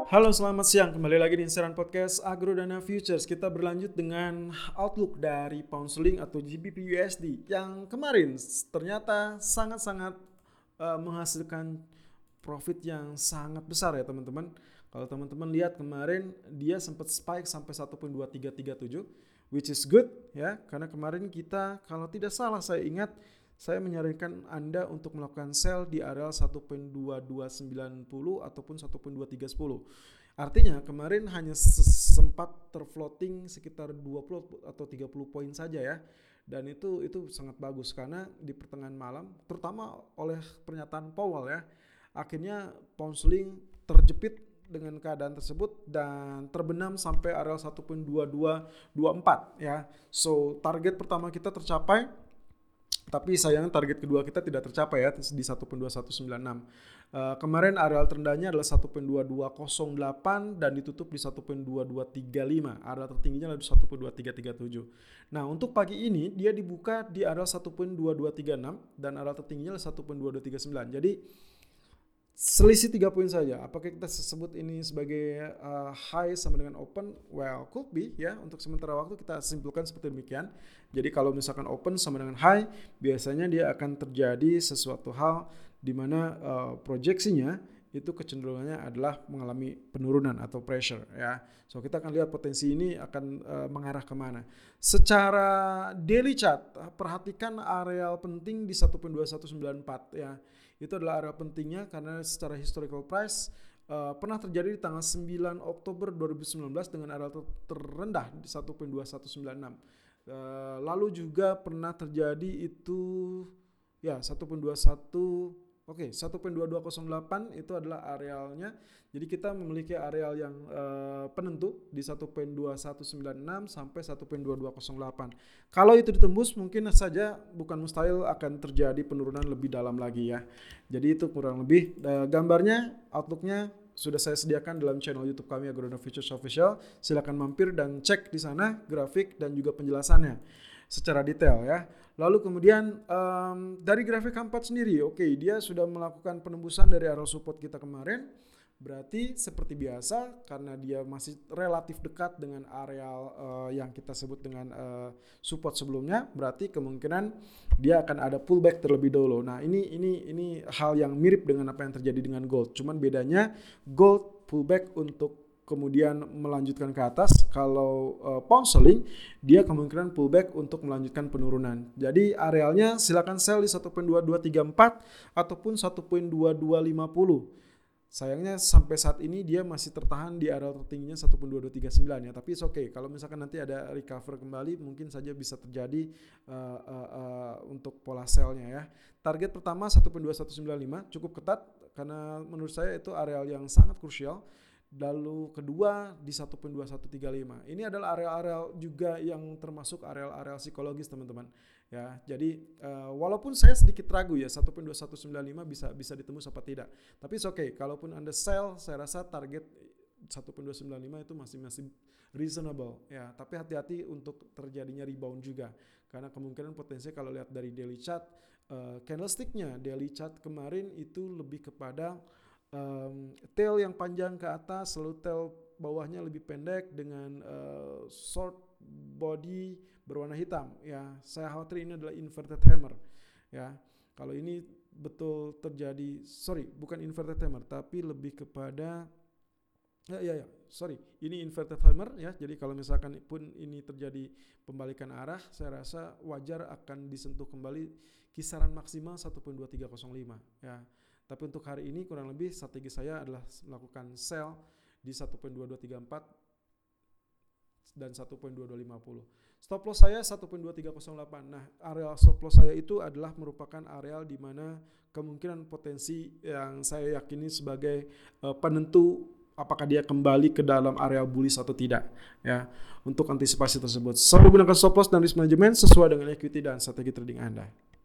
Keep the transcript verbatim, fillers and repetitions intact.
Halo, selamat siang. Kembali lagi di Inseran Podcast Agrodana Futures. Kita berlanjut dengan outlook dari pound sterling atau G B P U S D yang kemarin ternyata sangat-sangat uh, menghasilkan profit yang sangat besar ya teman-teman. Kalau teman-teman lihat kemarin dia sempat spike sampai satu koma dua tiga tiga tujuh, which is good ya, karena kemarin kita kalau tidak salah saya ingat saya menyarankan Anda untuk melakukan sell di area satu koma dua dua sembilan nol ataupun satu koma dua tiga satu nol. Artinya kemarin hanya sempat terfloating sekitar dua puluh atau tiga puluh poin saja ya. Dan itu itu sangat bagus karena di pertengahan malam terutama oleh pernyataan Powell ya, akhirnya pound sterling terjepit dengan keadaan tersebut dan terbenam sampai area satu koma dua dua dua empat ya. So target pertama kita tercapai, tapi sayangnya target kedua kita tidak tercapai ya di satu koma dua satu sembilan enam. Uh, kemarin area terendahnya adalah satu koma dua dua nol delapan dan ditutup di satu koma dua dua tiga lima. Area tertingginya adalah satu koma dua tiga tiga tujuh. Nah, untuk pagi ini dia dibuka di area satu koma dua dua tiga enam dan area tertingginya adalah satu koma dua dua tiga sembilan. Jadi selisih tiga poin saja. Apakah kita sebut ini sebagai uh, high sama dengan open? Well, could be ya. Untuk sementara waktu kita simpulkan seperti demikian. Jadi kalau misalkan open sama dengan high, biasanya dia akan terjadi sesuatu hal di mana uh, proyeksinya itu kecenderungannya adalah mengalami penurunan atau pressure ya. So kita akan lihat potensi ini akan uh, mengarah kemana. Secara daily chart, perhatikan areal penting di satu koma dua satu sembilan empat ya. Itu adalah area pentingnya karena secara historical price uh, pernah terjadi di tanggal sembilan Oktober dua ribu sembilan belas dengan area ter- terendah di satu koma dua satu sembilan enam. Uh, lalu juga pernah terjadi itu ya satu koma dua satu. Oke, okay, satu koma dua dua nol delapan itu adalah arealnya. Jadi kita memiliki areal yang uh, penentu di satu koma dua satu sembilan enam sampai satu koma dua dua nol delapan. Kalau itu ditembus mungkin saja bukan mustahil akan terjadi penurunan lebih dalam lagi ya. Jadi itu kurang lebih uh, gambarnya, outlooknya sudah saya sediakan dalam channel YouTube kami Agrodana Futures Official. Silakan mampir dan cek di sana grafik dan juga penjelasannya secara detail ya. Lalu kemudian um, dari grafik H empat sendiri, oke okay, dia sudah melakukan penembusan dari area support kita kemarin. Berarti seperti biasa karena dia masih relatif dekat dengan areal uh, yang kita sebut dengan uh, support sebelumnya, berarti kemungkinan dia akan ada pullback terlebih dahulu. Nah ini ini ini hal yang mirip dengan apa yang terjadi dengan gold. Cuman bedanya gold pullback untuk kemudian melanjutkan ke atas. Kalau uh, pound sterling dia kemungkinan pullback untuk melanjutkan penurunan. Jadi arealnya silakan sell di satu koma dua dua tiga empat ataupun satu koma dua dua lima nol. Sayangnya sampai saat ini dia masih tertahan di area tertingginya satu koma dua dua tiga sembilan ya. Tapi it's okay. Kalau misalkan nanti ada recover kembali mungkin saja bisa terjadi uh, uh, uh, untuk pola sell-nya ya. Target pertama satu koma dua satu sembilan lima cukup ketat karena menurut saya itu areal yang sangat krusial. Lalu kedua di satu koma dua satu tiga lima. Ini adalah area-area juga yang termasuk area-area psikologis teman-teman. Ya, jadi uh, walaupun saya sedikit ragu ya satu koma dua satu sembilan lima bisa bisa ditembus apa tidak. Tapi it's okay. Kalaupun Anda sell, saya rasa target satu koma dua sembilan lima itu masih masih reasonable ya. Tapi hati-hati untuk terjadinya rebound juga. Karena kemungkinan potensinya kalau lihat dari daily chart, uh, candlestick-nya daily chart kemarin itu lebih kepada Um, tail yang panjang ke atas, lalu tail bawahnya lebih pendek dengan uh, short body berwarna hitam. Ya, saya khawatir ini adalah inverted hammer. Ya, kalau ini betul terjadi, sorry, bukan inverted hammer, tapi lebih kepada, ya, ya, ya, sorry, ini inverted hammer ya. Jadi kalau misalkan pun ini terjadi pembalikan arah, saya rasa wajar akan disentuh kembali kisaran maksimal satu koma dua tiga nol lima. Ya. Tapi untuk hari ini kurang lebih strategi saya adalah melakukan sell di satu koma dua dua tiga empat dan satu koma dua dua lima nol. Stop loss saya satu koma dua tiga nol delapan. Nah, area stop loss saya itu adalah merupakan areal di mana kemungkinan potensi yang saya yakini sebagai uh, penentu apakah dia kembali ke dalam area bullish atau tidak ya. Untuk antisipasi tersebut, selalu gunakan stop loss dan risk management sesuai dengan equity dan strategi trading Anda.